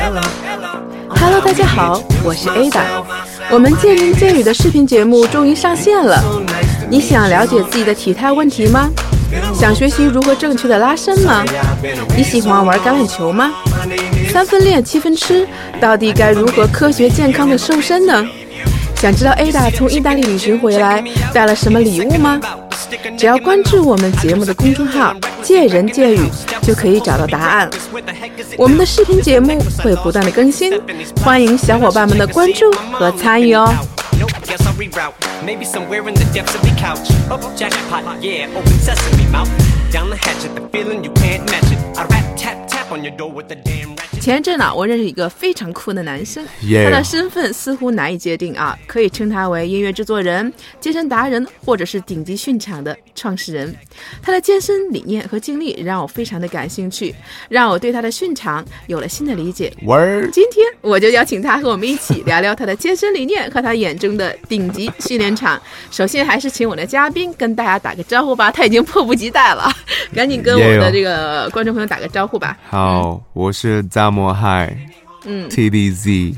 Hello， 大家好，我是 Ada。我们见人见语的视频节目终于上线了。你想了解自己的体态问题吗？想学习如何正确的拉伸吗？你喜欢玩橄榄球吗？3分练7分吃，到底该如何科学健康的瘦身呢？想知道 Ada 从意大利旅行回来带了什么礼物吗？只要关注我们节目的公众号见人见语，就可以找到答案。我们的视频节目会不断的更新，欢迎小伙伴们的关注和参与哦。前一阵呢，我认识一个非常酷的男生，他的身份似乎难以界定啊，可以称他为音乐制作人、健身达人，或者是顶级训场的创始人。他的健身理念和经历让我非常的感兴趣，让我对他的训场有了新的理解。今天我就邀请他和我们一起聊聊他的健身理念和他眼中的顶级训练场。首先还是请我的嘉宾跟大家打个招呼吧，他已经迫不及待了，赶紧跟我的这个观众朋友打个招呼吧。 好，我是大摩嗨TDZ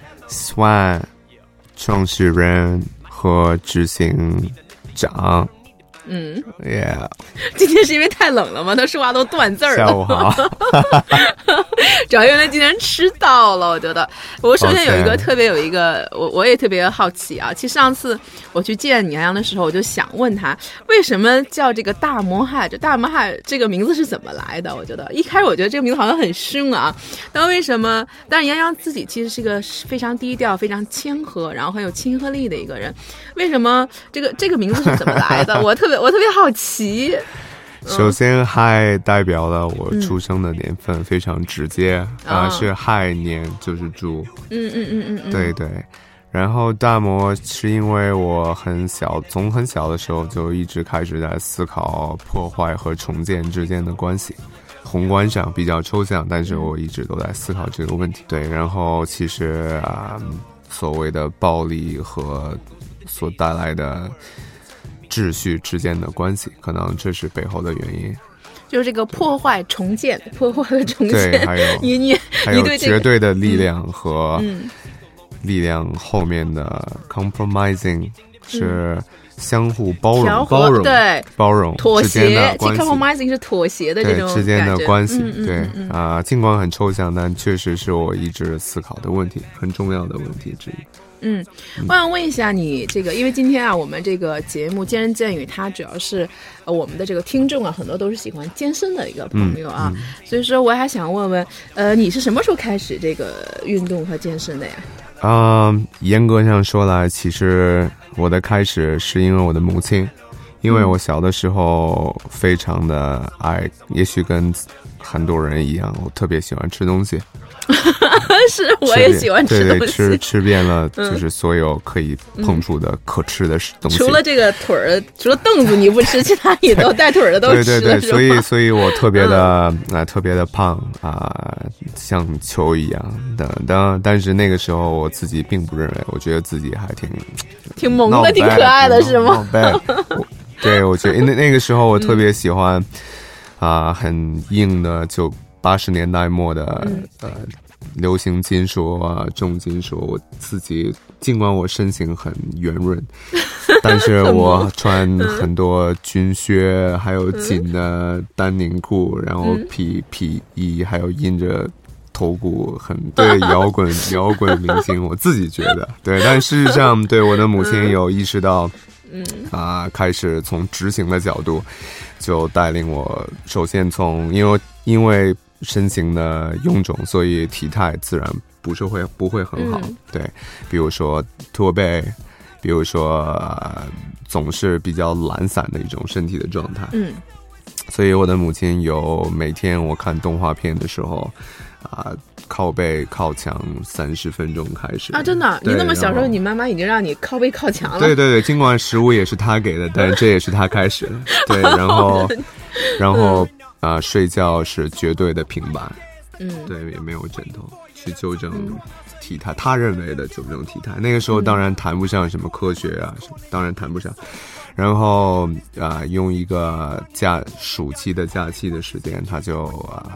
Swan 创始人和执行长。Yeah， 今天是因为太冷了吗？他说话都断字儿了。 下午好。 主要因为今天吃到了，我觉得我首先有一个特别有一个，我也特别好奇啊。其实上次我去见你洋的时候，我就想问他为什么叫这个大摩嗨，这大摩嗨这个名字是怎么来的？我觉得一开始我觉得这个名字好像很凶啊，但为什么？但是杨洋自己其实是一个非常低调、非常谦和，然后很有亲和力的一个人。为什么这个名字是怎么来的？我特别好奇。 首先嗨代表了我出生的年份，非常直接是亥年，就是猪。对对。然后大摩是因为我从很小的时候就一直开始在思考破坏和重建之间的关系，宏观上比较抽象，但是我一直都在思考这个问题。对，然后其实所谓的暴力和所带来的秩序之间的关系，可能这是背后的原因。 就是这个破坏重建， 对，还有你对绝对的力量和力量后面的 compromising 是相互包容， 对， 包容妥协。 其实 compromising 是妥协的这种之间的关系。对尽管很抽象，但确实是我一直思考的问题，很重要的问题之一。 我想问一下你这个，因为今天我们这个节目见人见语，它主要是我们的这个听众很多都是喜欢健身的一个朋友所以说我还想问问你是什么时候开始这个运动和健身的呀？ 严格上说来，其实我的开始是因为我的母亲，因为我小的时候非常的爱，也许跟很多人一样，我特别喜欢吃东西。 是，我也喜欢吃东西。 对，吃遍了就是所有可以碰触的可吃的东西。 除了这个腿儿，除了凳子你不吃，其他你都带腿的都吃。 对，所以我特别的特别的胖像球一样的。但是那个时候我自己并不认为，我觉得自己还挺萌的， 挺可爱的，是吗？ 对，我觉得那个时候我特别喜欢很硬的就80年代末的流行金属重金属。我自己尽管我身形很圆润，但是我穿很多军靴，还有紧的丹宁裤，然后皮衣，还有印着头骨，很对摇滚明星，我自己觉得对。但事实上，对我的母亲有意识到开始从执行的角度就带领我，首先因为身形的臃肿，所以体态自然不会很好。对，比如说驼背，比如说总是比较懒散的一种身体的状态。所以我的母亲有每天我看动画片的时候靠背靠墙30分钟开始真的？你那么小时候，你妈妈已经让你靠背靠墙了？ 对，尽管食物也是她给的，但是这也是她开始的。对，然后睡觉是绝对的平板，对，也没有枕头，去纠正体态，他认为的纠正体态。那个时候当然谈不上什么科学什么当然谈不上。然后用一个暑期的假期的时间，他就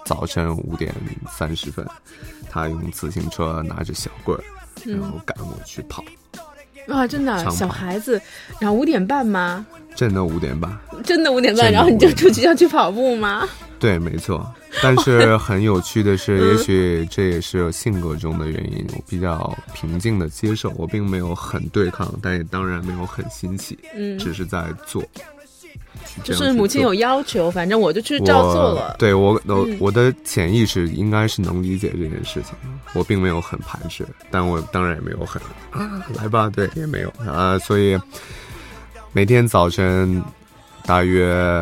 早晨5点30分，他用自行车拿着小棍儿，然后赶我去跑。 哇，真的小孩子，然后5点半吗？ 真的5点半， 真的5点半，然后你就出去要去跑步吗？ 对，没错。但是很有趣的是，也许这也是性格中的原因，我比较平静的接受，我并没有很对抗，但也当然没有很欣喜，只是在做。 就是母亲有要求，反正我就去照做了。 对，我的潜意识应该是能理解这件事情，我并没有很排斥，但我当然也没有很来吧，对，也没有所以每天早晨大约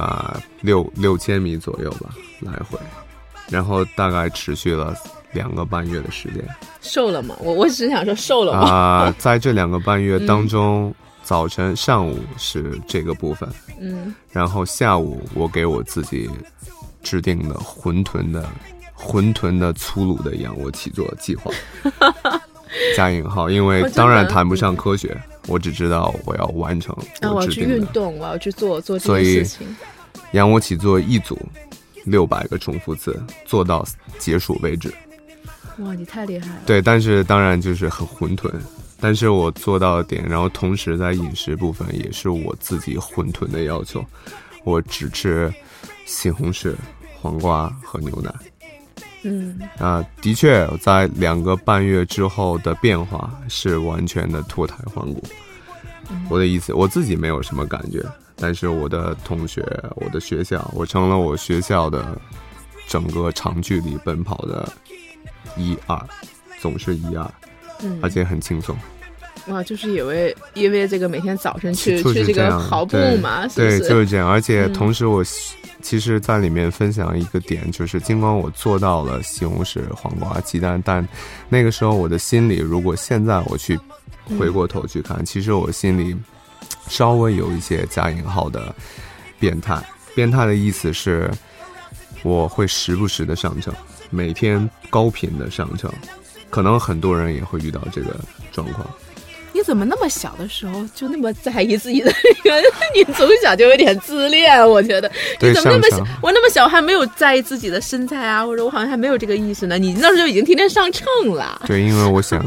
6000米左右吧，来回，然后大概持续了2个半月的时间。 瘦了吗？我只是想说瘦了吗？ 在这2个半月当中。早晨上午是这个部分，然后下午我给我自己制定的浑沌的粗鲁的仰卧起坐计划加引号，因为当然谈不上科学，我只知道我要完成我要去运动，我要去做这件事情。 仰卧起坐一组600个重复次，做到结束为止。 哇，你太厉害了。对， 但是当然就是很混沌，但是我做到了点，然后同时在饮食部分也是我自己混沌的要求，我只吃西红柿、黄瓜和牛奶。的确在2个半月之后的变化是完全的脱胎换骨。我的意思，我自己没有什么感觉，但是我的同学、我的学校，我成了我学校的整个长距离奔跑的1、2，总是1、2，而且很轻松。 哇，就是因为这个每天早晨去这个跑步嘛，是不是？ 对，就是这样。而且同时我其实在里面分享一个点，就是尽管我做到了西红柿、黄瓜、鸡蛋，但那个时候我的心里，如果现在我去回过头去看，其实我心里稍微有一些加引号的变态。变态的意思是我会时不时的上秤，每天高频的上秤，可能很多人也会遇到这个状况。 你怎么那么小的时候就那么在意自己的那个？你从小就有点自恋，我觉得。你怎么那么小？我那么小还没有在意自己的身材啊，或者我好像还没有这个意识呢。你那时候就已经天天上秤了。 对，因为我想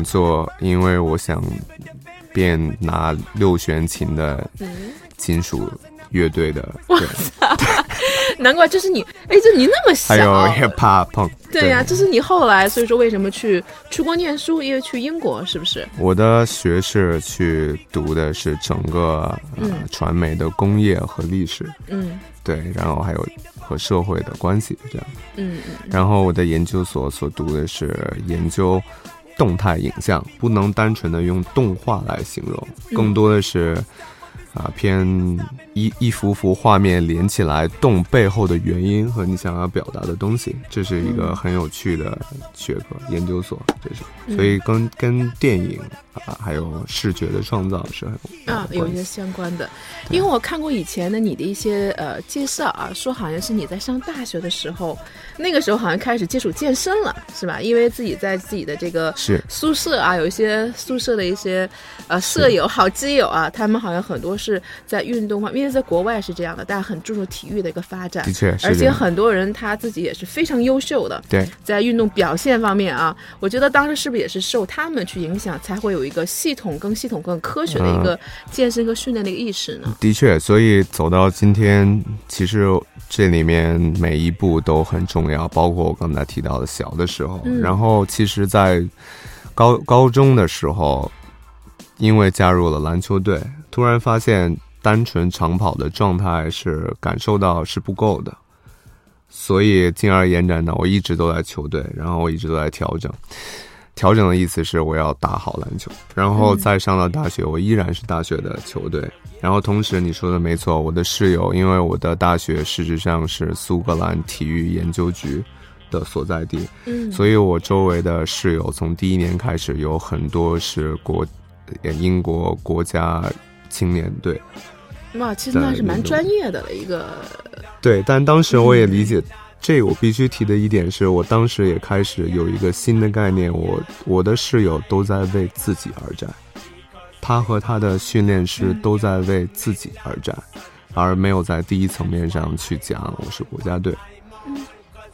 拿6弦琴的金属乐队的。对， 难怪这是你，这你那么小， 还有 hip hop。 对呀，这是你后来，所以说为什么出国念书，因为去英国，是不是？ 我的学士去读的是整个传媒的工业和历史，对，然后还有和社会的关系这样，然后我的研究所读的是研究动态影像，不能单纯的用动画来形容，更多的是偏一幅幅画面连起来动背后的原因和你想要表达的东西，这是一个很有趣的学科研究所，这是所以跟电影还有视觉的创造是很有一些相关的。因为我看过以前的你的一些介绍说好像是你在上大学的时候，那个时候好像开始接触健身了，是吧？因为自己在自己的这个宿舍有一些宿舍的一些舍友好基友他们好像很多是在运动方面，因为在国外是这样的，大家很注重体育的一个发展， 的确， 而且很多人他自己也是非常优秀的。 对， 在运动表现方面我觉得当时是不是也是受他们去影响，才会有一个系统更科学的一个健身和训练的一个意识呢？的确，所以走到今天，其实这里面每一步都很重要，包括我刚才提到的小的时候，然后其实在高中的时候，因为加入了篮球队，突然发现单纯长跑的状态是感受到是不够的，所以进而延展到我一直都在球队，然后我一直都在调整的意思是我要打好篮球，然后再上到大学，我依然是大学的球队，然后同时你说的没错，我的室友，因为我的大学事实上是苏格兰体育研究局的所在地，所以我周围的室友从第1年开始有很多是英国国家青年队。 哇，其实那是蛮专业的了一个。 对，但当时我也理解，这我必须提的一点是，我当时也开始有一个新的概念，我的室友都在为自己而战，他和他的训练师都在为自己而战，而没有在第一层面上去讲我是国家队。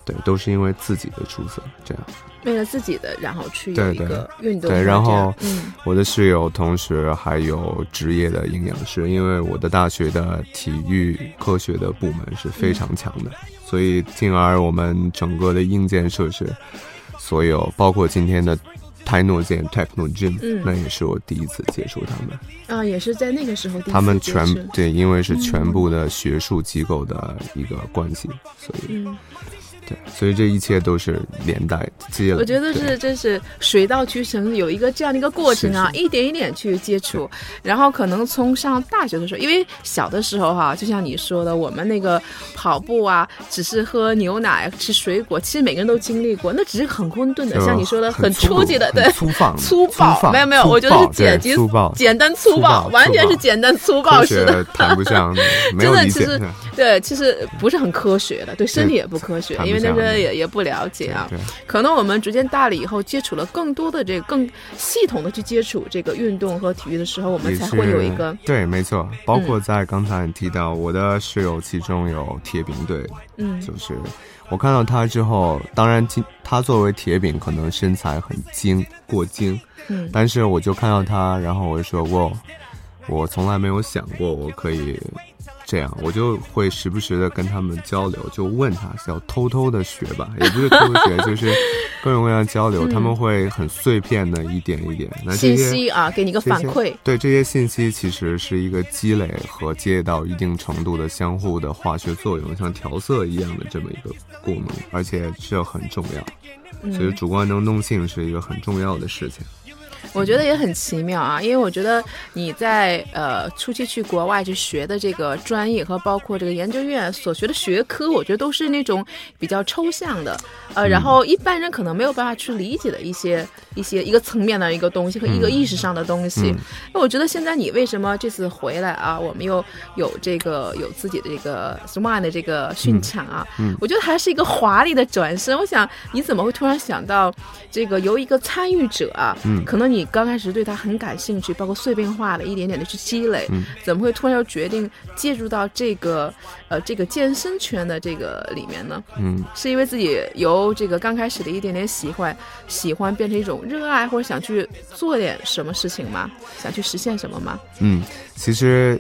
对，都是因为自己的出色，这样。 为了自己的，然后去有一个运动。 对，然后我的室友同时还有职业的营养师，因为我的大学的体育科学的部门是非常强的，所以进而我们整个的硬件设施，所有包括今天的泰诺健 Techno Gym，那也是我第一次接触他们啊，也是在那个时候第一次接触。 他们对，因为是全部的学术机构的一个关系，所以对，所以这一切都是连带接了。 我觉得这是水到渠成，有一个这样的一个过程啊，一点一点去接触，然后可能从上大学的时候，因为小的时候哈，就像你说的，我们那个跑步啊，只是喝牛奶、吃水果，其实每个人都经历过，那只是很混沌的，像你说的很初级的，对，粗暴，没有，我觉得是简单粗暴，完全是简单粗暴式的， 谈不上，没有理解。 真的，对，其实不是很科学的，对身体也不科学，因为那时候也不了解啊。可能我们逐渐大了以后，接触了更多的这个更系统的去接触这个运动和体育的时候，我们才会有一个对，没错。包括在刚才你提到我的室友，其中有铁饼队，就是我看到他之后，当然他作为铁饼可能身材很过精，但是我就看到他，然后我就说我从来没有想过我可以这样，我就会时不时的跟他们交流，就问他是要偷偷的学吧，也不是偷偷学，就是各种各样交流，他们会很碎片的一点一点那信息啊，给你个反馈。 对，这些信息其实是一个积累和接到一定程度的相互的化学作用，像调色一样的这么一个功能，而且这很重要，所以主观能动性是一个很重要的事情。 我觉得也很奇妙啊，因为我觉得你在初期去国外去学的这个专业和包括这个研究院所学的学科，我觉得都是那种比较抽象的，然后一般人可能没有办法去理解的一个层面的一个东西和一个意识上的东西。那我觉得现在你为什么这次回来啊，我们又有自己的这个 SMART 的这个训场啊，我觉得还是一个华丽的转身。我想你怎么会突然想到这个由一个参与者啊，可能你刚开始对他很感兴趣，包括碎片化的一点点的去积累，怎么会突然又决定介入到这个健身圈的这个里面呢？是因为自己由这个刚开始的一点点喜欢变成一种热爱，或者想去做点什么事情吗？想去实现什么吗？ 其实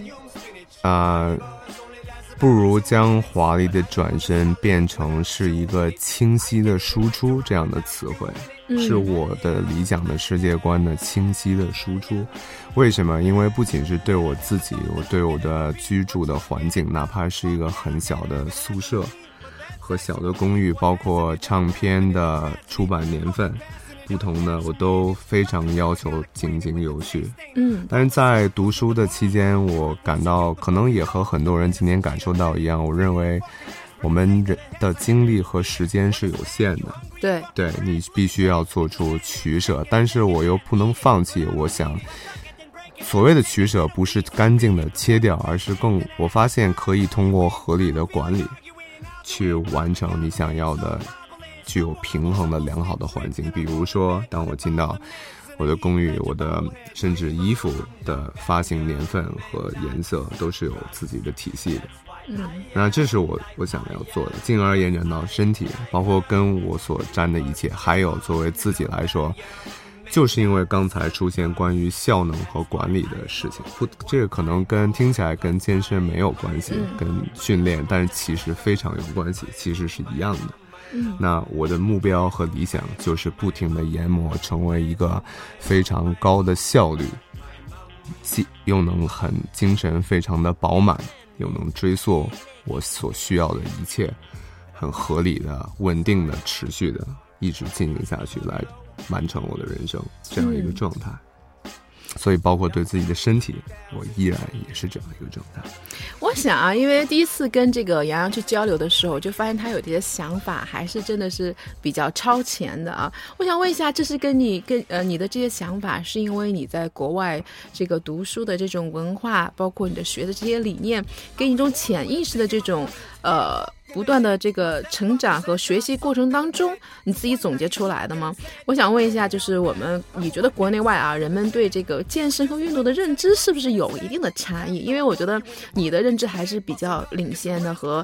不如将华丽的转身变成是一个清晰的输出这样的词汇，是我的理想的世界观的清晰的输出。为什么？因为不仅是对我自己，我对我的居住的环境，哪怕是一个很小的宿舍和小的公寓，包括唱片的出版年份不同的，我都非常要求井井有序。但是在读书的期间，我感到可能也和很多人今天感受到一样，我认为我们人的精力和时间是有限的。对，你必须要做出取舍，但是我又不能放弃。我想所谓的取舍不是干净的切掉，而是我发现可以通过合理的管理去完成你想要的具有平衡的良好的环境。比如说当我进到我的公寓，我的甚至衣服的发行年份和颜色都是有自己的体系的。那这是我想要做的，进而延展到身体，包括跟我所沾的一切，还有作为自己来说，就是因为刚才出现关于效能和管理的事情，这个可能听起来跟健身没有关系，跟训练，但是其实非常有关系，其实是一样的。那我的目标和理想就是不停地研磨，成为一个非常高的效率，又能很精神非常的饱满，又能追溯我所需要的一切，很合理的、稳定的、持续的一直进行下去，来完成我的人生这样一个状态。所以包括对自己的身体，我依然也是这样一个状态。 我想啊，因为第一次跟这个洋洋去交流的时候，就发现他有这些想法还是真的是比较超前的啊。我想问一下，这是你的这些想法是因为你在国外这个读书的这种文化，包括你的学的这些理念，给你一种潜意识的这种不断的这个成长和学习过程当中你自己总结出来的吗？我想问一下，就是你觉得国内外啊，人们对这个健身和运动的认知是不是有一定的差异？因为我觉得你的认知还是比较领先的，和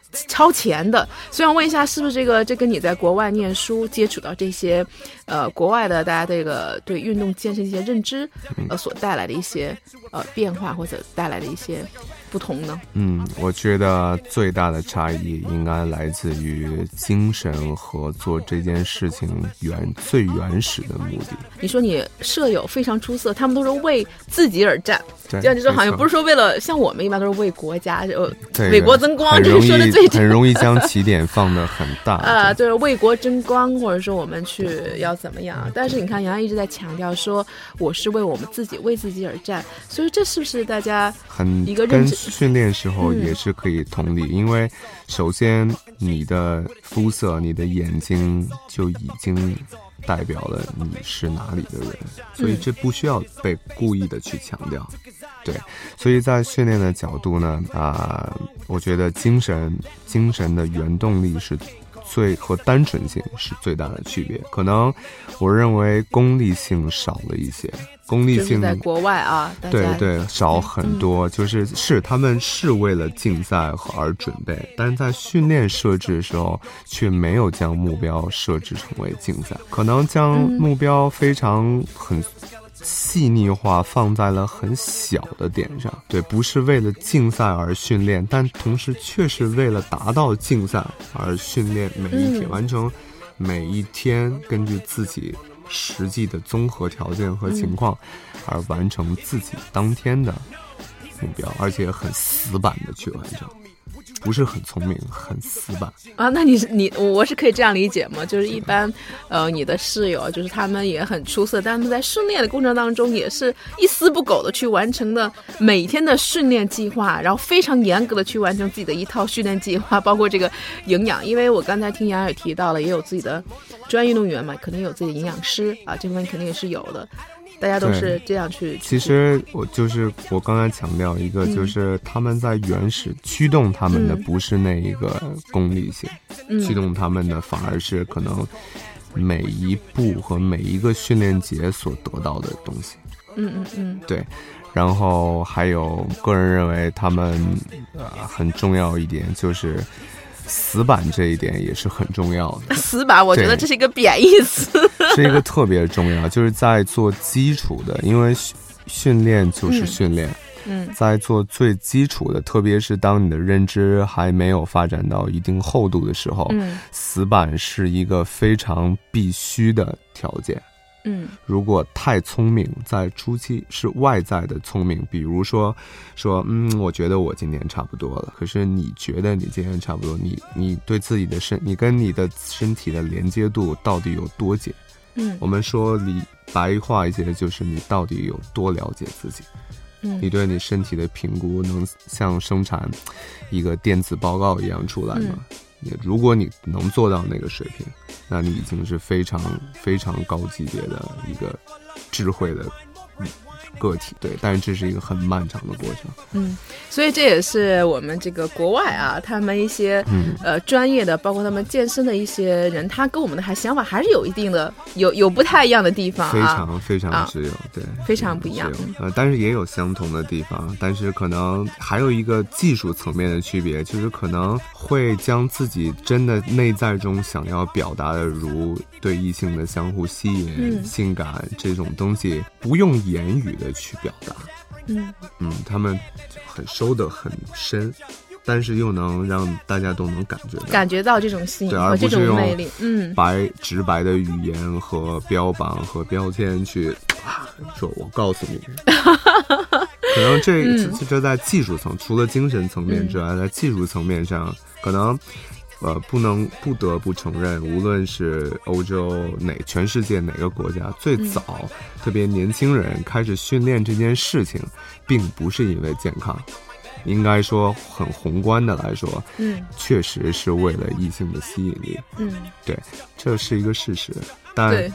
超前的。所以想问一下，是不是这跟你在国外念书接触到这些国外的大家这个对运动健身一些认知所带来的一些变化，或者带来的一些不同呢？ 我觉得最大的差异应该来自于精神和做这件事情最原始的目的。 你说你舍友非常出色，他们都是为自己而战， 这样就说好像不是说为了，像我们一般都是为国家为国争光，这个说的最很容易将起点放得很大对，为国争光，或者说我们去要怎么样。但是你看杨洋一直在强调说我是为我们自己为自己而战，所以这是不是大家一个认知？ 跟训练时候也是可以同理，因为首先你的肤色你的眼睛就已经代表了你是哪里的人，所以这不需要被故意的去强调。对，所以在训练的角度呢，我觉得精神的原动力是和单纯性是最大的区别。可能我认为功利性少了一些，功利性就是在国外对少很多，就是他们是为了竞赛而准备，但是在训练设置的时候却没有将目标设置成为竞赛，可能将目标很细腻化放在了很小的点上。对，不是为了竞赛而训练，但同时却是为了达到竞赛而训练，每一天完成每一天，根据自己实际的综合条件和情况而完成自己当天的目标，而且很死板的去完成，不是很聪明，很死板那我是可以这样理解吗？就是一般你的室友就是他们也很出色，但他们在训练的过程当中也是一丝不苟的去完成的每天的训练计划，然后非常严格的去完成自己的一套训练计划，包括这个营养。因为我刚才听杨也提到了，也有自己的专业运动员嘛，肯定有自己的营养师这方面肯定也是有的，大家都是这样去。 其实我刚才强调一个，就是他们在原始驱动他们的不是那一个功利性，驱动他们的反而是可能每一步和每一个训练节所得到的东西。对。然后还有个人认为他们很重要一点就是死板，这一点也是很重要的。死板我觉得这是一个贬义词是一个特别重要，就是在做基础的，因为训练就是训练，在做最基础的，特别是当你的认知还没有发展到一定厚度的时候，死板是一个非常必须的条件。如果太聪明，在初期是外在的聪明，比如说我觉得我今天差不多了，可是你觉得你今天差不多，你对自己的你跟你的身体的连接度到底有多紧？我们说白话一些，就是你到底有多了解自己？你对你身体的评估能像生产一个电子报告一样出来吗？如果你能做到那个水平，那你已经是非常非常高级别的一个智慧的个体。对，但是这是一个很漫长的过程。 所以这也是我们这个国外他们一些专业的，包括他们健身的一些人，他跟我们的想法还是有一定的有不太一样的地方， 非常非常只有对， 非常不一样。 但是也有相同的地方，但是可能还有一个技术层面的区别，就是可能会将自己真的内在中想要表达的，如对异性的相互吸引、性感这种东西，不用言语的去表达。他们很收得很深，但是又能让大家都能感觉到这种吸引和这种魅力。直白的语言和标榜和标签去说我告诉你可能这在技术层，除了精神层面之外，在技术层面上可能不得不承认，无论是欧洲全世界哪个国家，最早特别年轻人开始训练这件事情，并不是因为健康，应该说很宏观的来说，确实是为了异性的吸引力。对，这是一个事实。但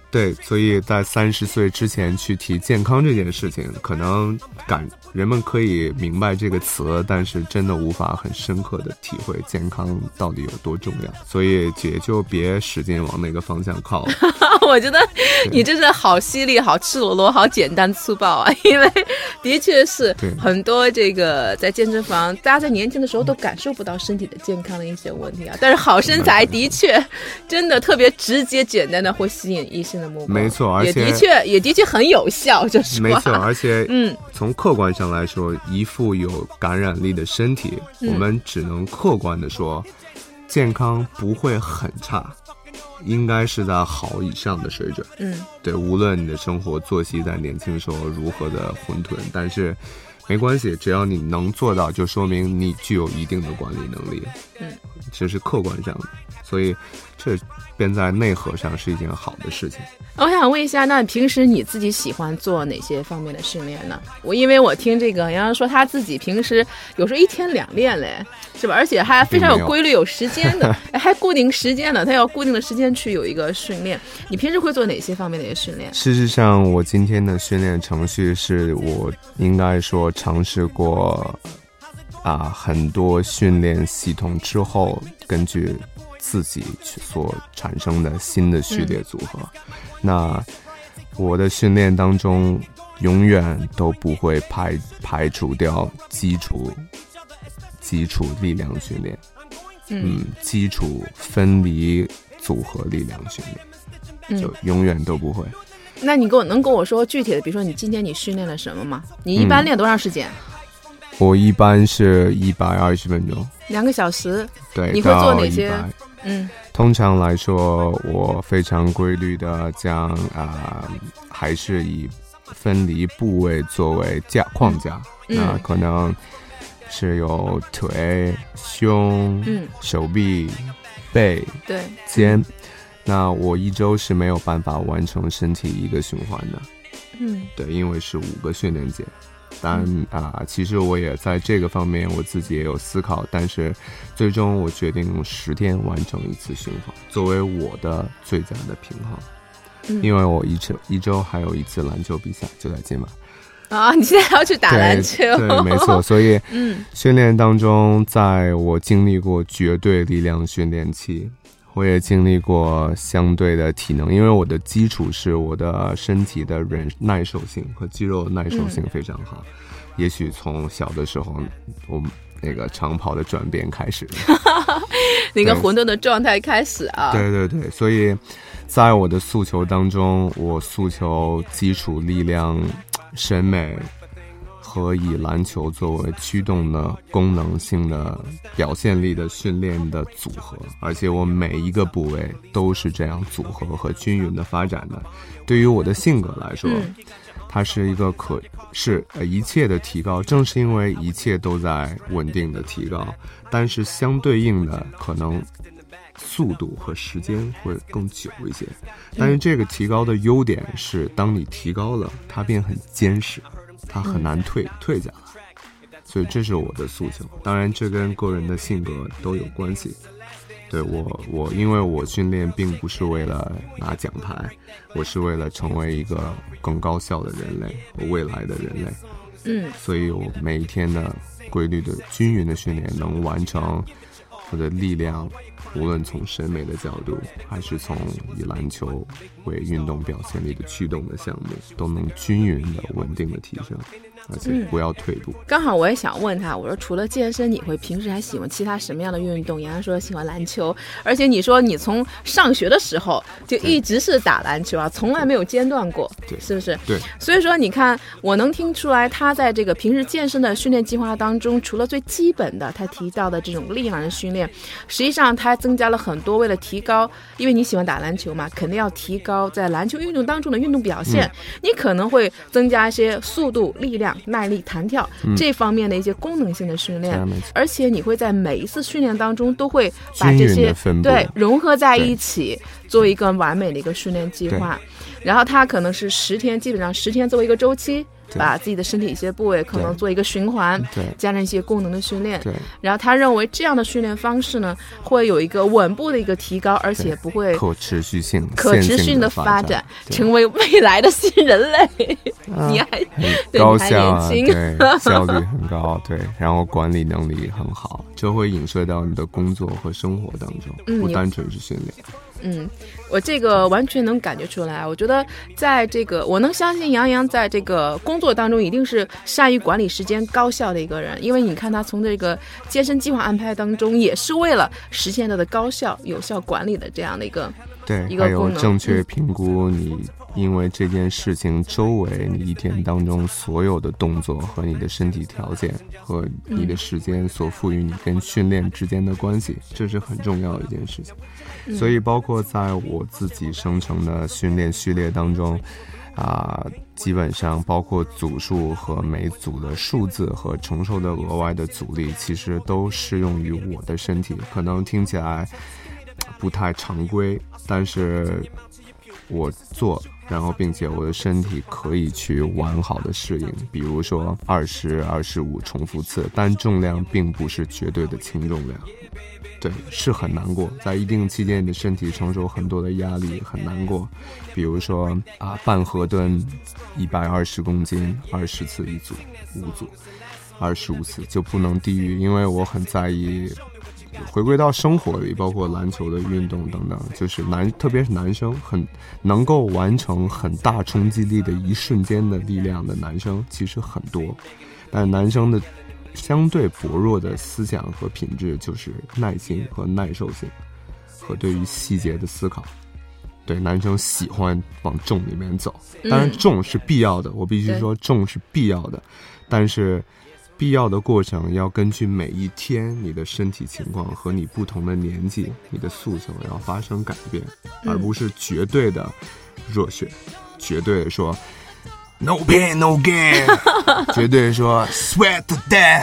对，所以在30岁之前去提健康这件事情，可能人们可以明白这个词，但是真的无法很深刻的体会健康到底有多重要，所以也就别使劲往那个方向靠了。 我觉得你真是好犀利，好赤裸裸，好简单粗暴啊！因为的确是很多这个在健身房，大家在年轻的时候都感受不到身体的健康的一些问题啊。但是好身材的确真的特别直接简单的会吸引异性的目光， 没错，而且也的确很有效，就是没错，而且从客观上来说，一副有感染力的身体，我们只能客观的说，健康不会很差。应该是在好以上的水准，对，无论你的生活作息在年轻时候如何的混沌，但是没关系，只要你能做到，就说明你具有一定的管理能力，这是客观上的，所以这便在内核上是一件好的事情。 我想问一下，那平时你自己喜欢做哪些方面的训练呢？因为我听这个杨洋说他自己平时有时候1天2练嘞，是吧？而且还非常有规律、有时间的，还固定时间的，他要固定的时间去有一个训练。你平时会做哪些方面的一些训练？ 事实上，我今天的训练程序是我应该说尝试过很多训练系统之后，根据自己所产生的新的序列组合。那我的训练当中永远都不会排除掉基础力量训练，基础分离组合力量训练，就永远都不会。 那你能跟我说具体的，比如说你今天你训练了什么吗？你一般练多长时间？ 我一般是120分钟 ，2个小时。 对， 你会做哪些？ 通常来说，我非常规律的将还是以分离部位作为框架，那可能是有腿、胸、手臂、背、 对、 肩。那我一周是没有办法完成身体一个循环的，对，因为是5个训练节。但其实我也在这个方面我自己也有思考，但是最终我决定用10天完成一次循环，作为我的最佳的平衡。因为我一周还有一次篮球比赛，就在今晚。 你现在要去打篮球？ 对，没错。所以训练当中，在我经历过绝对力量训练期，我也经历过相对的体能，因为我的基础是我的身体的耐受性和肌肉耐受性非常好。也许从小的时候，我那个长跑的转变开始， 那个混沌的状态开始啊。 对对对，所以在我的诉求当中，我诉求基础力量、审美和以篮球作为驱动的功能性的表现力的训练的组合，而且我每一个部位都是这样组合和均匀的发展的。对于我的性格来说，它是一个一切的提高，正是因为一切都在稳定的提高，但是相对应的可能速度和时间会更久一些。但是这个提高的优点是，当你提高了，它便很坚实，它很难退下来，所以这是我的诉求。当然这跟个人的性格都有关系。对，我因为我训练并不是为了拿奖牌，我是为了成为一个更高效的人类和未来的人类。所以我每一天的规律的均匀的训练能完成我的力量，无论从审美的角度还是从以篮球为运动表现力的驱动的项目，都能均匀的稳定的提升，而且不要退步。 刚好我也想问他，我说除了健身，你会平时还喜欢其他什么样的运动？杨洋说喜欢篮球，而且你说你从上学的时候就一直是打篮球啊，从来没有间断过，是不是？ 对。 所以说你看，我能听出来他在这个平时健身的训练计划当中，除了最基本的他提到的这种力量的训练，实际上他还增加了很多，为了提高，因为你喜欢打篮球嘛，肯定要提高在篮球运动当中的运动表现，你可能会增加一些速度、力量、耐力、弹跳这方面的一些功能性的训练，而且你会在每一次训练当中都会把这些对融合在一起，做一个完美的一个训练计划。然后它可能是10天，基本上10天作为一个周期把自己的身体一些部位可能做一个循环，加上一些功能的训练。然后他认为这样的训练方式呢，会有一个稳步的一个提高，而且不会可持续性的发展，成为未来的新人类。你还高效啊，对，效率很高，对，然后管理能力很好，这会影射到你的工作和生活当中，不单纯是训练。 我这个完全能感觉出来。我觉得在这个，我能相信杨洋在这个工作当中一定是善于管理时间、高效的一个人，因为你看他从这个健身计划安排当中，也是为了实现他的高效、有效管理的这样的一个还有正确评估你因为这件事情周围你一天当中所有的动作和你的身体条件和你的时间所赋予你跟训练之间的关系，这是很重要的一件事情。所以包括在我自己生成的训练序列当中基本上包括组数和每组的数字和承受的额外的阻力，其实都适用于我的身体。可能听起来不太常规，但是我做，然后并且我的身体可以去完好的适应。比如说20、25重复次，但重量并不是绝对的轻重量。对，是很难过，在一定期间你的身体承受很多的压力，很难过。比如说半河蹲120公斤20次一组，5组25次就不能低于，因为我很在意回归到生活里，包括篮球的运动等等，就是特别是男生很能够完成很大冲击力的一瞬间的力量的男生其实很多，但男生的相对薄弱的思想和品质就是耐心和耐受性和对于细节的思考。对，男生喜欢往重里面走，当然重是必要的，我必须说重是必要的，但是必要的过程要根据每一天你的身体情况和你不同的年纪，你的诉求要发生改变，而不是绝对的热血，绝对的说 no pain no gain 绝对说 sweat to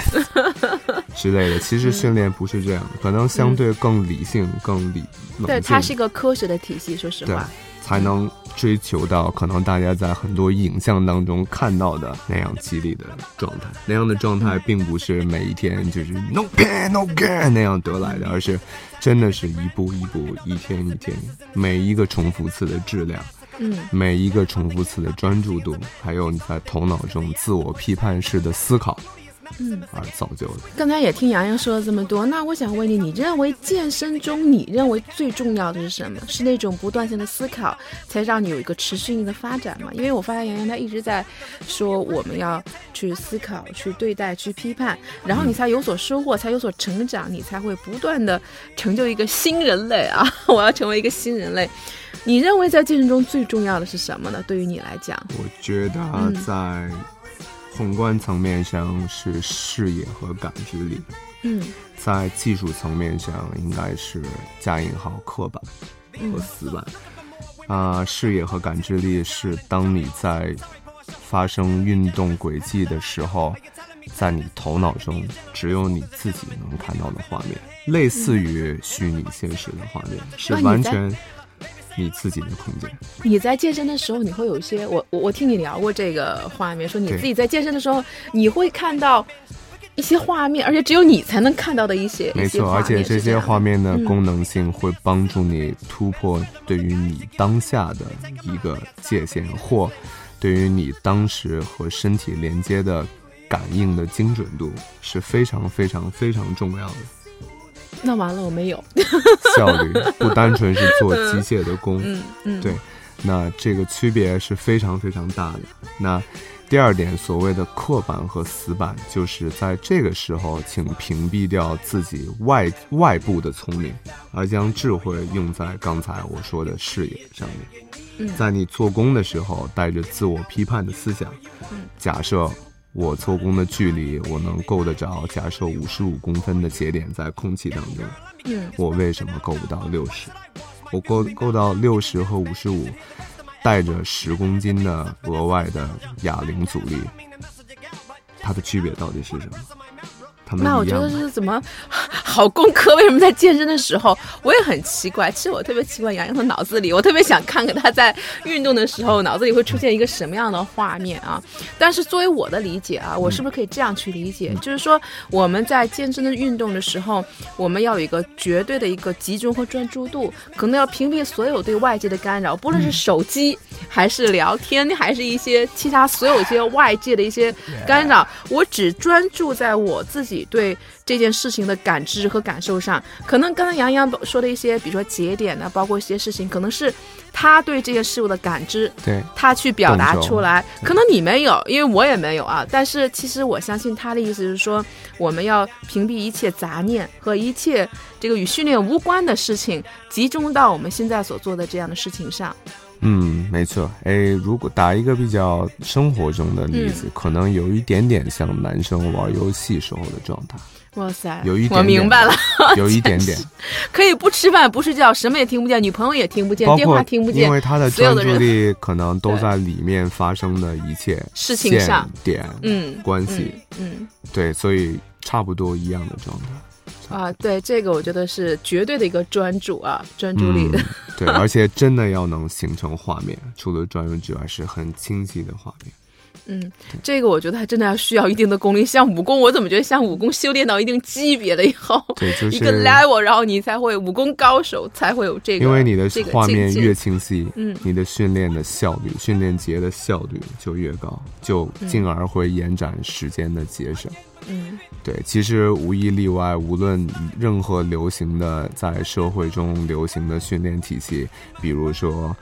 death 之类的。其实训练不是这样的，可能相对更理性更冷静， 对，它是一个科学的体系，说实话才能追求到可能大家在很多影像当中看到的那样激励的状态。那样的状态并不是每一天就是 no pain no gain 那样得来的，而是真的是一步一步，一天一天，每一个重复次的质量，每一个重复次的专注度，还有你在头脑中自我批判式的思考，而造就的。 刚才也听洋洋说了这么多，那我想问你，你认为健身中你认为最重要的是什么？是那种不断性的思考才让你有一个持续性的发展吗？因为我发现洋洋他一直在说我们要去思考，去对待，去批判，然后你才有所收获，才有所成长，你才会不断的成就一个新人类啊！我要成为一个新人类。你认为在健身中最重要的是什么呢？对于你来讲， 我觉得在宏观层面上是视野和感知力，在技术层面上应该是加引号刻板和死板。视野和感知力是当你在发生运动轨迹的时候，在你头脑中只有你自己能看到的画面，类似于虚拟现实的画面，是完全你自己的空间。 你在健身的时候，你会有一些我听你聊过这个画面，说你自己在健身的时候，你会看到一些画面，而且只有你才能看到的一些没错，而且这些画面的功能性会帮助你突破对于你当下的一个界限，或对于你当时和身体连接的感应的精准度是非常非常非常重要的。 那完了，我没有效率，不单纯是做机械的功，对，那这个区别是非常非常大的。那第二点，所谓的刻板和死板，就是在这个时候，请屏蔽掉自己外部的聪明，而将智慧用在刚才我说的视野上面。在你做功的时候，带着自我批判的思想，假设我做功的距离我能够得着，假设55公分的节点在空气当中，我为什么够不到60？我够到60和55，带着10公斤的额外的哑铃阻力，它的区别到底是什么？他们那我觉得是怎么好工科为什么在健身的时候，我也很奇怪。其实我特别奇怪杨洋的脑子里，我特别想看看他在运动的时候脑子里会出现一个什么样的画面啊。但是作为我的理解啊，我是不是可以这样去理解，就是说我们在健身的运动的时候，我们要有一个绝对的一个集中和专注度，可能要屏蔽所有对外界的干扰，不论是手机还是聊天还是一些其他所有一些外界的一些干扰，我只专注在我自己对这件事情的感知和感受上。可能刚才杨洋说的一些比如说节点呢，包括一些事情，可能是他对这件事物的感知， 对， 他去表达出来，可能你没有，因为我也没有啊。但是其实我相信他的意思是说，我们要屏蔽一切杂念和一切这个与训练无关的事情，集中到我们现在所做的这样的事情上。 没错。如果打一个比较生活中的例子，可能有一点点像男生玩游戏时候的状态。 哇塞， 有一点点， 我明白了， 有一点点， 可以不吃饭不睡觉，什么也听不见，女朋友也听不见，电话听不见， 因为他的专注力可能都在里面发生的一切事情上点关系，对，所以差不多一样的状态。 对，这个我觉得是绝对的一个专注啊，专注力的。 对，而且真的要能形成画面，除了专注之外，是很清晰的画面。 这个我觉得还真的要需要一定的功力。像武功，我怎么觉得像武功修炼到一定级别了以后， 对，就是一个 level， 然后你才会武功高手才会有这个。 因为你的画面越清晰， 你的训练的效率、训练节的效率就越高，就进而会延展时间的节省。对，其实无一例外，无论任何流行的在社会中流行的训练体系，比如说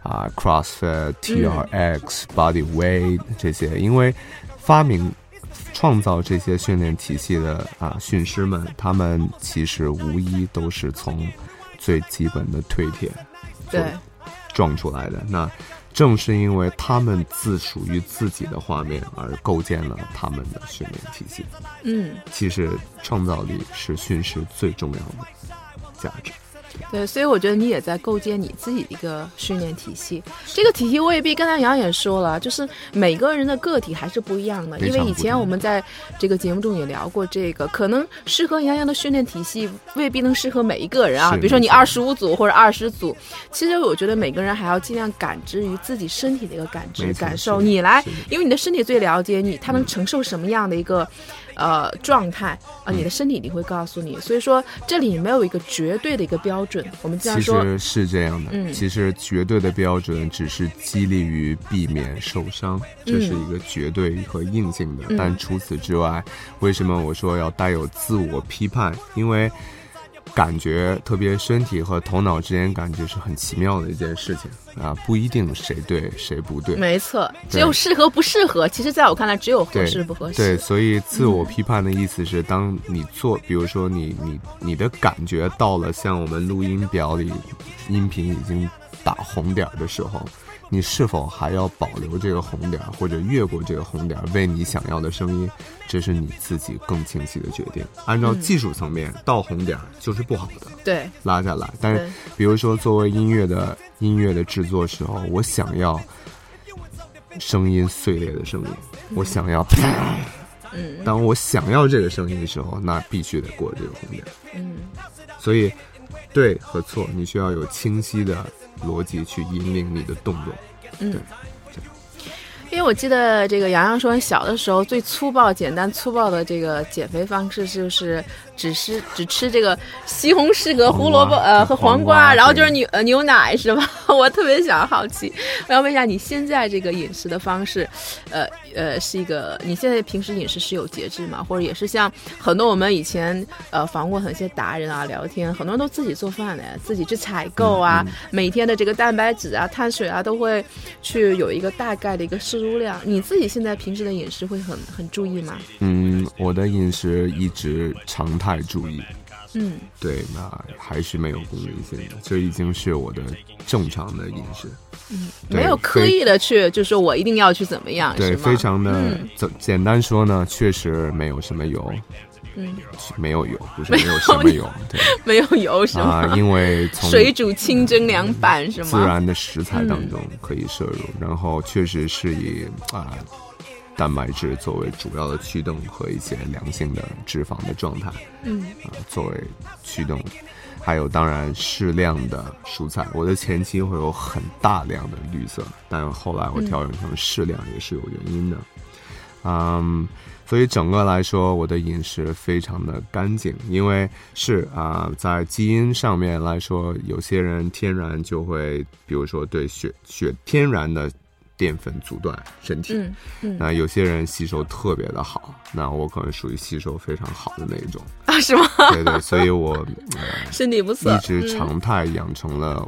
CrossFit、TRX、Body Weight 这些，因为创造这些训练体系的训师们，他们其实无疑都是从最基本的推铁撞出来的。那正是因为他们自属于自己的画面而构建了他们的训练体系。其实创造力是训师最重要的价值。 对，所以我觉得你也在构建你自己的一个训练体系。这个体系未必，刚才杨也说了，就是每个人的个体还是不一样的。因为以前我们在这个节目中也聊过这个，可能适合杨的训练体系未必能适合每一个人啊。比如说你25组或者20组，其实我觉得每个人还要尽量感知于自己身体的一个感受，你来，因为你的身体最了解你，他能承受什么样的一个状态你的身体里会告诉你。所以说这里没有一个绝对的一个标准，我们这样说其实是这样的。其实绝对的标准只是激励于避免受伤，这是一个绝对和硬性的。但除此之外，为什么我说要带有自我批判？因为感觉，特别身体和头脑之间感觉是很奇妙的一件事情不一定谁对谁不对。 没错，只有适合不适合，其实在我看来只有合适不合适。 对，所以自我批判的意思是，当你比如说你的感觉到了像我们录音表里音频已经打红点的时候，你是否还要保留这个红点，或者越过这个红点为你想要的声音，这是你自己更清晰的决定。按照技术层面，到红点就是不好的， 对， 拉下来。但是比如说作为音乐的制作时候，我想要声音碎裂的声音，我想要当我想要这个声音的时候，那必须得过这个红点。所以对和错，你需要有清晰的逻辑去引领你的动作。对， 因为我记得这个杨说小的时候最简单粗暴的这个减肥方式就是只吃这个西红柿和胡萝卜和黄瓜，然后就是牛奶，是吧？我特别好奇，我要问一下你现在这个饮食的方式，是一个你现在平时饮食是有节制吗？或者也是像很多我们以前访问很些达人聊天，很多人都自己做饭的，自己去采购每天的这个蛋白质碳水都会去有一个大概的一个摄入量。你自己现在平时的饮食会很注意吗？ 我的饮食一直常态注意。对，那还是没有功利性的，这已经是我的正常的饮食。 没有刻意的去就说我一定要去怎么样， 对， 是吗？ 非常的简单说呢，确实没有什么油。没有油，不是没有什么油，对， 没有油是吗？ 因为从水煮清蒸凉拌是吗？ 自然的食材当中可以摄入，然后确实是以蛋白质作为主要的驱动和一些良性的脂肪的状态，作为驱动。还有当然适量的蔬菜，我的前期会有很大量的绿色，但后来我调整成适量也是有原因的。所以整个来说我的饮食非常的干净，因为是在基因上面来说，有些人天然就会比如说对血天然的淀粉阻断身体，那有些人吸收特别的好，那我可能属于吸收非常好的那一种啊，是吗？ 对对，所以我身体不错， 一直常态养成了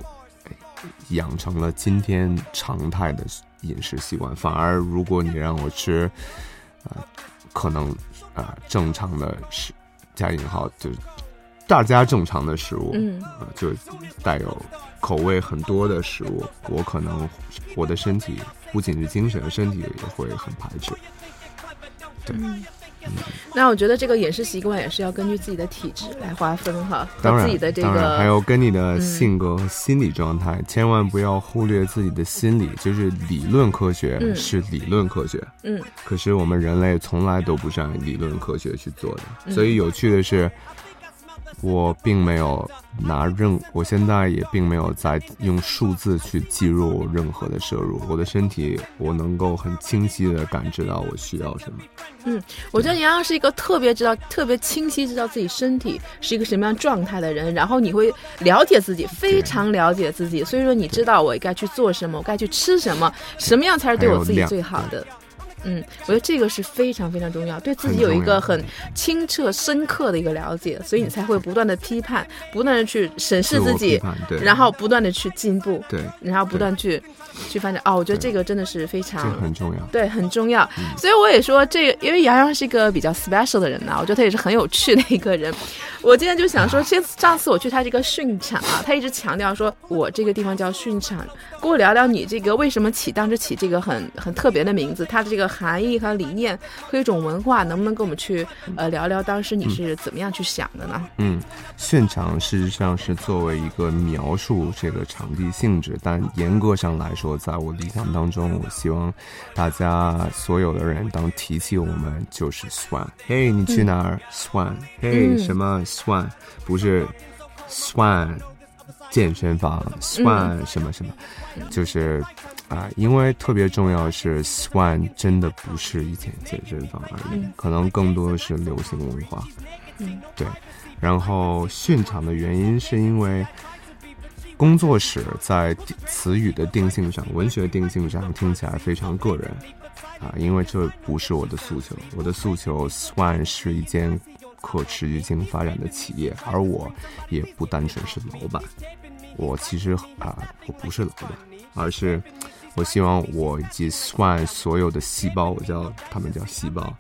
今天常态的饮食习惯。反而如果你让我吃可能正常的加引号就是大家正常的食物，就带有口味很多的食物，我可能我的身体不仅是精神，身体也会很排斥。对， 那我觉得这个饮食习惯也是要根据自己的体质来划分哈， 当然和自己的这当然还个有跟你的性格和心理状态，千万不要忽略自己的心理。就是理论科学是理论科学，可是我们人类从来都不是按理论科学去做的。所以有趣的是，我并没有我现在也并没有在用数字去计入任何的摄入，我的身体我能够很清晰的感知到我需要什么。 我觉得你要是一个特别清晰知道自己身体是一个什么样状态的人，然后你会了解自己，非常了解自己，所以说你知道我该去做什么，我该去吃什么，什么样才是对我自己最好的。我觉得这个是非常非常重要，对自己有一个很清澈深刻的一个了解，所以你才会不断的批判，不断的去审视自己，然后不断的去进步， 对， 然后不断去发展。我觉得这个真的是非常， 这很重要， 对，很重要。所以我也说这个，因为洋洋是一个比较 special 的人我觉得他也是很有趣的一个人。我今天就想说，上次我去他这个训场他一直强调说我这个地方叫训场，跟我聊聊你这个为什么当时起这个很特别的名字，它的这个含义和理念和一种文化，能不能跟我们去聊聊当时你是怎么样去想的呢？ 训场事实上是作为一个描述这个场地性质，但严格上来说，在我理想当中，我希望大家所有的人当提起我们就是 Swan， 嘿，你去哪儿 Swan， 嘿，什么 Swan， 不是 Swan 健身房 Swan 什么什么，就是因为特别重要的是 Swan 真的不是一间健身房而已，可能更多的是流行文化。对。然后训场的原因是因为工作室在词语的定性上，文学定性上听起来非常个人因为这不是我的诉求，我的诉求 Swan 是一间可持续性发展的企业，而我也不单纯是老板，我其实我不是老板，而是我希望我以及 Swan 所有的细胞，他们叫细胞，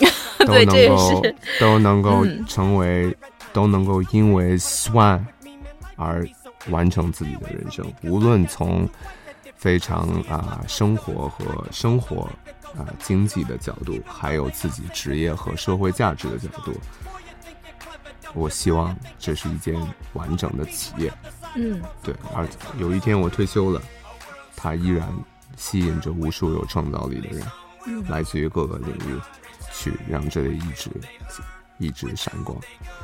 都能够成为都能够因为 Swan 而完成自己的人生，无论从非常生活经济的角度，还有自己职业和社会价值的角度，我希望这是一间完整的企业。对，而有一天我退休了，它依然吸引着无数有创造力的人，来自于各个领域，去让这里一直闪光。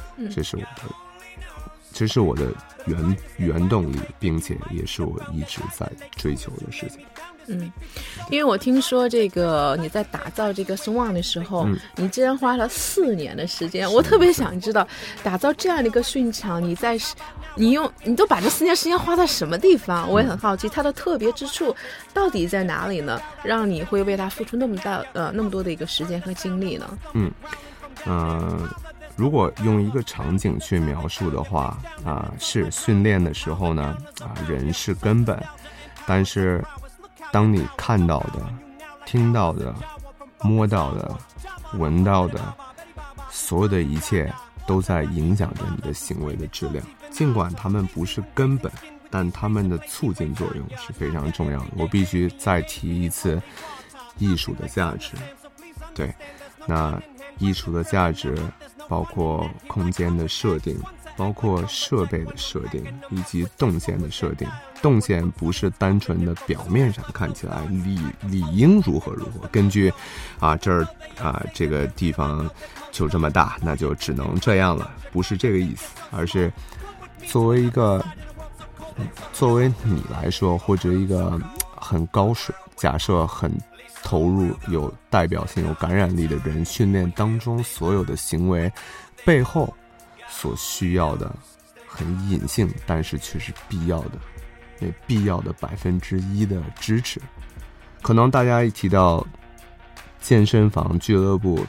这是我的原动力，并且也是我一直在追求的事情。 因为我听说这个你在打造这个 Swan 的时候，你竟然花了4年的时间。我特别想知道，打造这样的一个训场，你都把这4年时间花在什么地方？我也很好奇，它的特别之处到底在哪里呢？让你会为它付出那么多的一个时间和精力呢？ 如果用一个场景去描述的话，是训练的时候呢，人是根本，但是当你看到的、听到的、摸到的、闻到的，所有的一切都在影响着你的行为的质量。尽管它们不是根本，但它们的促进作用是非常重要的。我必须再提一次艺术的价值。对，那艺术的价值包括空间的设定， 包括设备的设定以及动线的设定。动线不是单纯的表面上看起来理应如何，根据这儿这个地方就这么大，那就只能这样了，不是这个意思，而是作为你来说，或者一个很高水，假设很投入、有代表性、有感染力的人，训练当中所有的行为背后所需要的很隐性，但是却是必要的，那必要的1%的支持。可能大家一提到健身房、俱乐部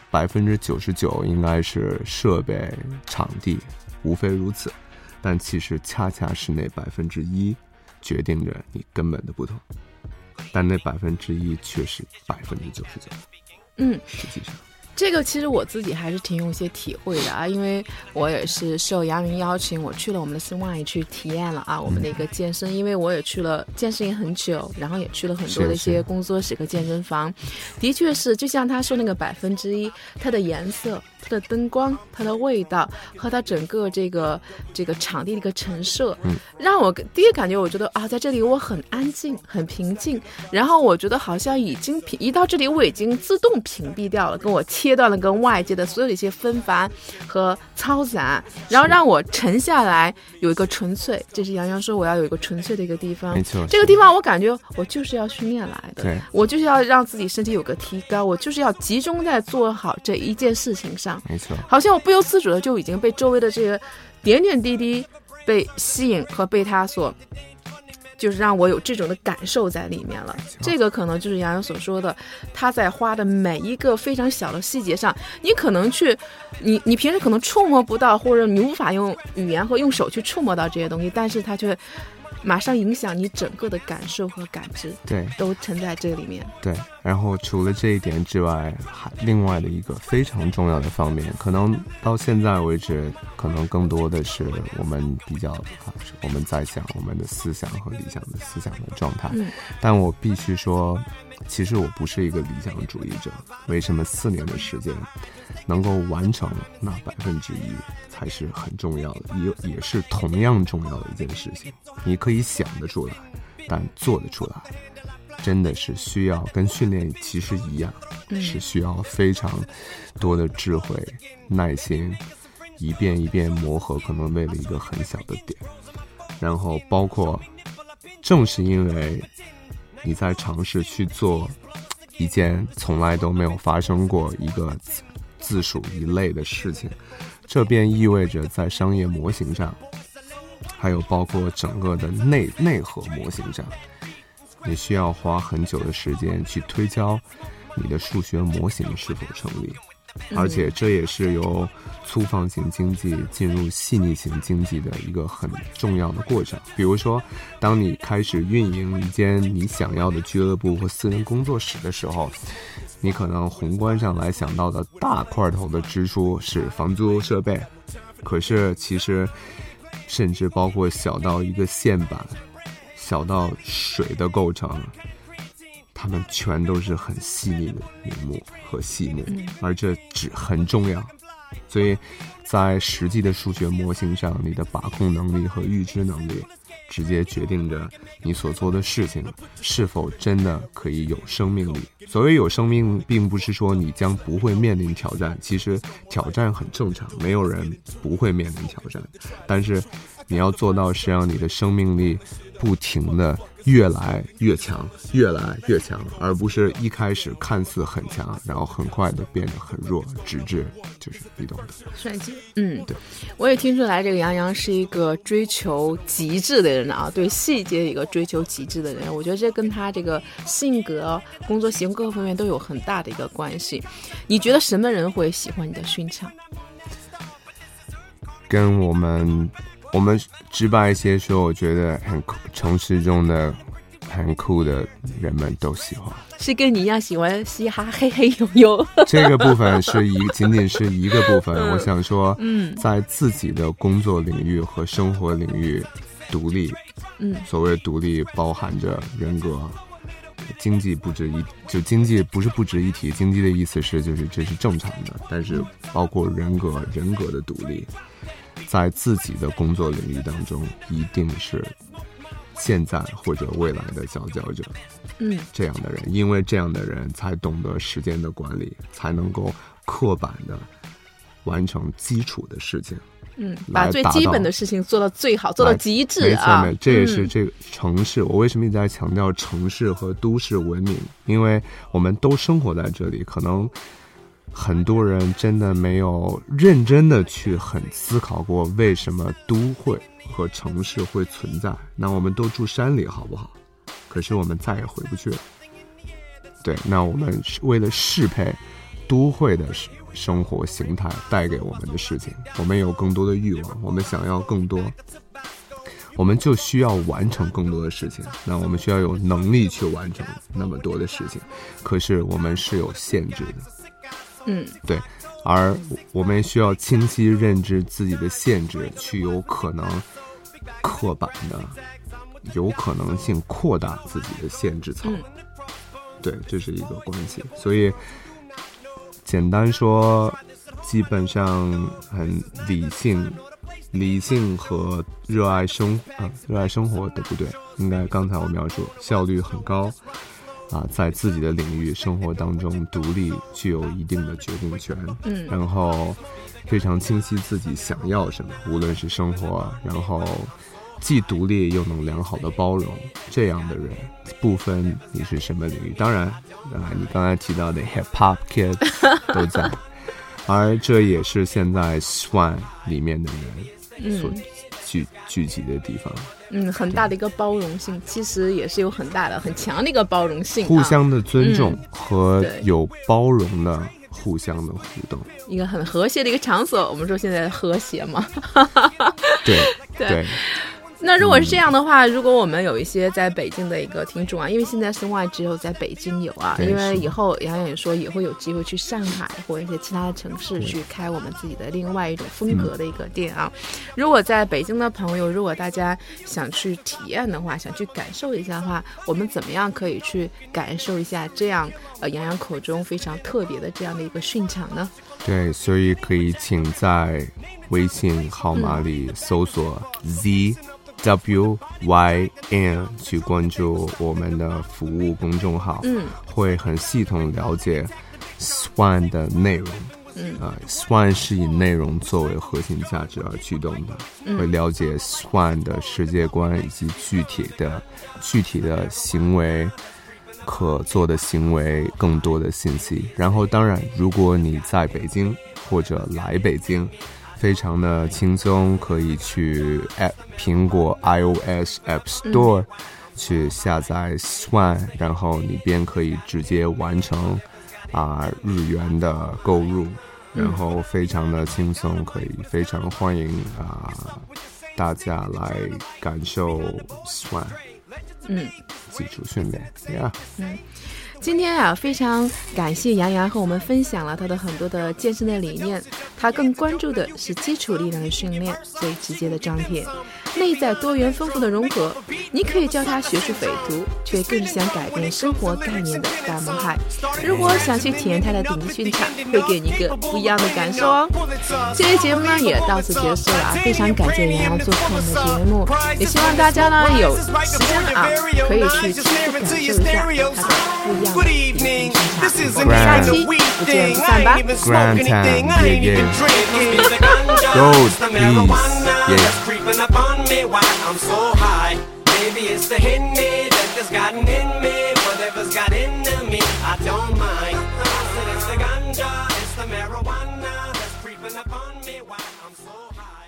，99%应该是设备、场地，无非如此。但其实恰恰是那1%决定着你根本的不同，但那1%却是99%。实际上。 这个其实我自己还是挺有一些体会的因为我也是受杨云邀请，我去了我们的CNY去体验了我们的一个健身，因为我也去了健身也很久，然后也去了很多的一些工作室和健身房，的确是就像他说那个1%，它的颜色、它的灯光、它的味道和它整个这个场地的一个陈设，让我第一感觉我觉得在这里我很安静、很平静，然后我觉得好像一到这里我已经自动屏蔽掉了，跟我切断了跟外界的所有的一些纷繁和嘈杂，然后让我沉下来，有一个纯粹，这是杨洋说我要有一个纯粹的一个地方。 没错， 这个地方我感觉我就是要训练来的， 对， 我就是要让自己身体有个提高，我就是要集中在做好这一件事情上。 没错， 好像我不由自主的就已经被周围的这个点点滴滴被吸引和被他所就是让我有这种的感受在里面了。这个可能就是杨洋所说的，他在花的每一个非常小的细节上，你可能你平时可能触摸不到，或者你无法用语言和用手去触摸到这些东西，但是他却马上影响你整个的感受和感知， 对， 都沉在这里面。 对，然后除了这一点之外，还另外的一个非常重要的方面，可能到现在为止，可能更多的是我们比较我们在想我们的思想和理想的思想的状态。但我必须说，其实我不是一个理想主义者。为什么4年的时间能够完成那1%才是很重要的，也是同样重要的一件事情。你可以想得出来，但做得出来真的是需要，跟训练其实一样，是需要非常多的智慧、耐心，一遍一遍磨合，可能为了一个很小的点。然后包括正是因为你在尝试去做一件从来都没有发生过一个自属一类的事情，这便意味着在商业模型上，还有包括整个的内核模型上，你需要花很久的时间去推敲你的数学模型是否成立。而且这也是由粗放型经济进入细腻型经济的一个很重要的过程。比如说，当你开始运营一间你想要的俱乐部或私人工作室的时候，你可能宏观上来想到的大块头的支出是房租、设备，可是其实甚至包括小到一个线板，小到水的构成，它们全都是很细腻的名目和细目，而这很重要。所以在实际的数学模型上，你的把控能力和预知能力直接决定着你所做的事情是否真的可以有生命力。所谓有生命，并不是说你将不会面临挑战，其实挑战很正常，没有人不会面临挑战，但是你要做到是让你的生命力不停的越来越强，越来越强，而不是一开始看似很强，然后很快的变得很弱，直至就是你懂的衰竭。对，我也听出来这个杨洋是一个追求极致的人啊，对细节一个追求极致的人。我觉得这跟他这个性格、工作习惯各个方面都有很大的一个关系。你觉得什么人会喜欢你的训场？ 跟我们直白一些说，我觉得城市中的很酷的人们都喜欢。 是跟你一样喜欢嘻哈嘿嘿呦呦？这个部分是仅仅是一个部分。我想说，在自己的工作领域和生活领域独立。所谓独立包含着人格。经济不值一，就经济不是不值一提，经济的意思是就是这是正常的，但是包括人格的独立。 在自己的工作领域当中一定是现在或者未来的佼佼者。这样的人，因为这样的人才懂得时间的管理，才能够刻板的完成基础的事情。 把最基本的事情做到最好，做到极致啊！ 没错，这也是这个城市。我为什么一直在强调城市和都市文明？因为我们都生活在这里，可能很多人真的没有认真的去很思考过为什么都会和城市会存在。那我们都住山里好不好？可是我们再也回不去了。对，那我们为了适配都会的生活形态带给我们的事情，我们有更多的欲望，我们想要更多，我们就需要完成更多的事情。那我们需要有能力去完成那么多的事情，可是我们是有限制的。对，而我们需要清晰认知自己的限制，去有可能刻板的有可能性扩大自己的限制槽。对，这是一个关系。所以简单说，基本上很理性和热爱生活对不对？应该刚才我描述效率很高在自己的领域生活当中独立，具有一定的决定权。然后非常清晰自己想要什么，无论是生活，然后既独立又能良好的包容，这样的人不分你是什么领域。当然你刚才提到的 hip hop kid 都在，而这也是现在 Swan 里面的人所聚集的地方。 很大的一个包容性，其实也是有很强的一个包容性， 互相的尊重和有包容的互相的互动， 一个很和谐的一个场所。我们说现在和谐嘛。 对。 那如果是这样的话，如果我们有一些在北京的一个听众因为现在Swan只有在北京有因为以后洋洋也说也会有机会去上海或者一些其他的城市去开我们自己的另外一种风格的一个店如果在北京的朋友，如果大家想去体验的话，想去感受一下的话，我们怎么样可以去感受一下这样洋洋口中非常特别的这样的一个训场呢？ 对，所以可以请在微信号码里搜索 ZWYN 去关注我们的服务公众号，会很系统了解 Swan 的内容。Swan 是以内容作为核心价值而驱动的，会了解 Swan 的世界观以及具体的行为，可做的行为更多的信息。然后当然如果你在北京或者来北京，非常的轻松，可以去苹果 iOS App Store 去下载 Swan， 然后你便可以直接完成日元的购入，然后非常的轻松，可以非常欢迎大家来感受 Swan 基础训练。 今天非常感谢杨洋和我们分享了他的很多的健身的理念，他更关注的是基础力量的训练，最直接的张贴内在多元丰富的融合。你可以叫他学术匪徒，却更是想改变生活概念的大魔害。如果想去体验他的顶级训场，会给你一个不一样的感受哦。这期节目呢也到此结束了，非常感谢杨洋做客我们的节目，也希望大家呢有时间可以去亲自感受一下他的不一样的。Good evening, this is a Grand Time, yeah. Gold, please, creeping up on me while I'm so high. Maybe it's the Henny that's gotten in me. Whatever's got into me, I don't mind. I said it's the ganja, it's the marijuana that's creeping up on me while I'm so high.